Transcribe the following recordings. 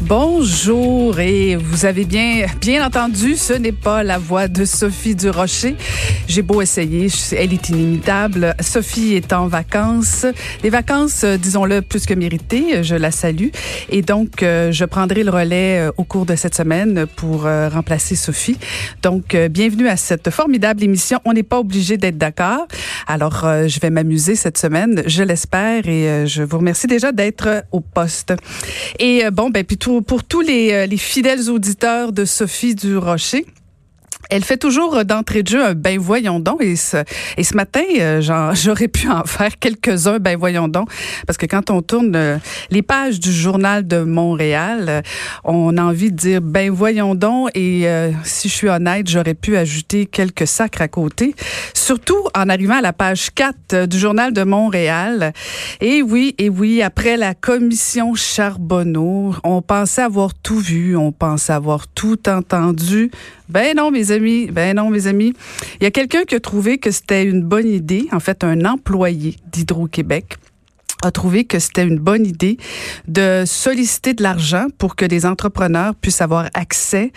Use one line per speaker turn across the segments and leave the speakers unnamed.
Bonjour, et vous avez bien entendu, ce n'est pas la voix de Sophie Durocher. J'ai beau essayer, elle est inimitable. Sophie est en vacances. Des vacances, disons-le, plus que méritées. Je la salue. Et donc, je prendrai le relais au cours de cette semaine pour remplacer Sophie. Donc, bienvenue à cette formidable émission. On n'est pas obligé d'être d'accord. Alors, je vais m'amuser cette semaine, je l'espère, et je vous remercie déjà d'être au poste. Et bon, ben puis pour tous les fidèles auditeurs de Sophie Durocher, elle fait toujours d'entrée de jeu un ben voyons donc, et ce matin j'aurais pu en faire quelques-uns ben voyons donc, parce que quand on tourne les pages du Journal de Montréal, on a envie de dire ben voyons donc, et si je suis honnête, j'aurais pu ajouter quelques sacres à côté, surtout en arrivant à la page 4 du Journal de Montréal. Et oui, après la commission Charbonneau, on pensait avoir tout vu, on pensait avoir tout entendu. Ben non, mes amis. Il y a quelqu'un qui a trouvé que c'était une bonne idée, en fait, un employé d'Hydro-Québec a trouvé que c'était une bonne idée de solliciter de l'argent pour que des entrepreneurs puissent avoir accès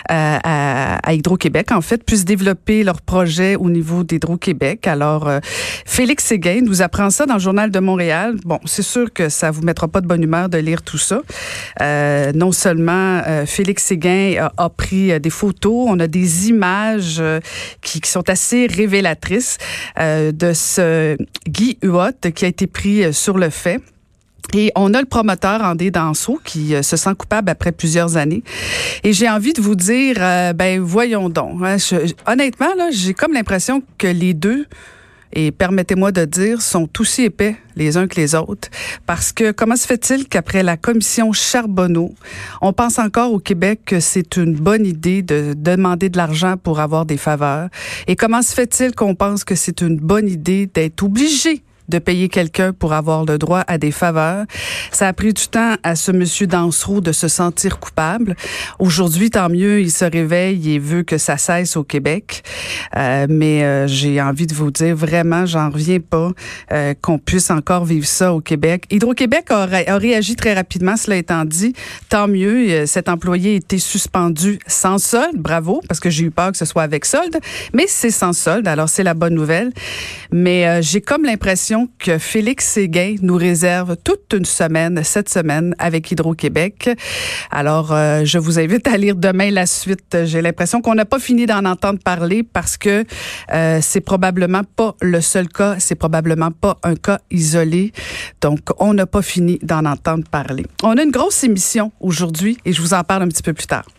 à Hydro-Québec, en fait, puissent développer leurs projets au niveau d'Hydro-Québec. Alors, Félix Séguin nous apprend ça dans le Journal de Montréal. Bon, c'est sûr que ça vous mettra pas de bonne humeur de lire tout ça. Non seulement Félix Séguin a pris des photos, on a des images qui sont assez révélatrices de ce Guy Huot qui a été pris sur le fait. Et on a le promoteur André Dansereau qui se sent coupable après plusieurs années. Et j'ai envie de vous dire, ben voyons donc. Hein, honnêtement, là, j'ai comme l'impression que les deux, et permettez-moi de dire, sont aussi épais les uns que les autres. Parce que comment se fait-il qu'après la commission Charbonneau, on pense encore au Québec que c'est une bonne idée de demander de l'argent pour avoir des faveurs? Et comment se fait-il qu'on pense que c'est une bonne idée d'être obligé de payer quelqu'un pour avoir le droit à des faveurs? Ça a pris du temps à ce monsieur Dansereau de se sentir coupable. Aujourd'hui, tant mieux, il se réveille et veut que ça cesse au Québec. Mais j'ai envie de vous dire, vraiment, j'en reviens pas qu'on puisse encore vivre ça au Québec. Hydro-Québec a réagi très rapidement, cela étant dit. Tant mieux, cet employé a été suspendu sans solde. Bravo, parce que j'ai eu peur que ce soit avec solde. Mais c'est sans solde, alors c'est la bonne nouvelle. Mais j'ai comme l'impression que Félix Séguin nous réserve toute une semaine, cette semaine, avec Hydro-Québec. Alors, je vous invite à lire demain la suite. J'ai l'impression qu'on n'a pas fini d'en entendre parler parce que c'est probablement pas le seul cas, c'est probablement pas un cas isolé. Donc, on n'a pas fini d'en entendre parler. On a une grosse émission aujourd'hui et je vous en parle un petit peu plus tard.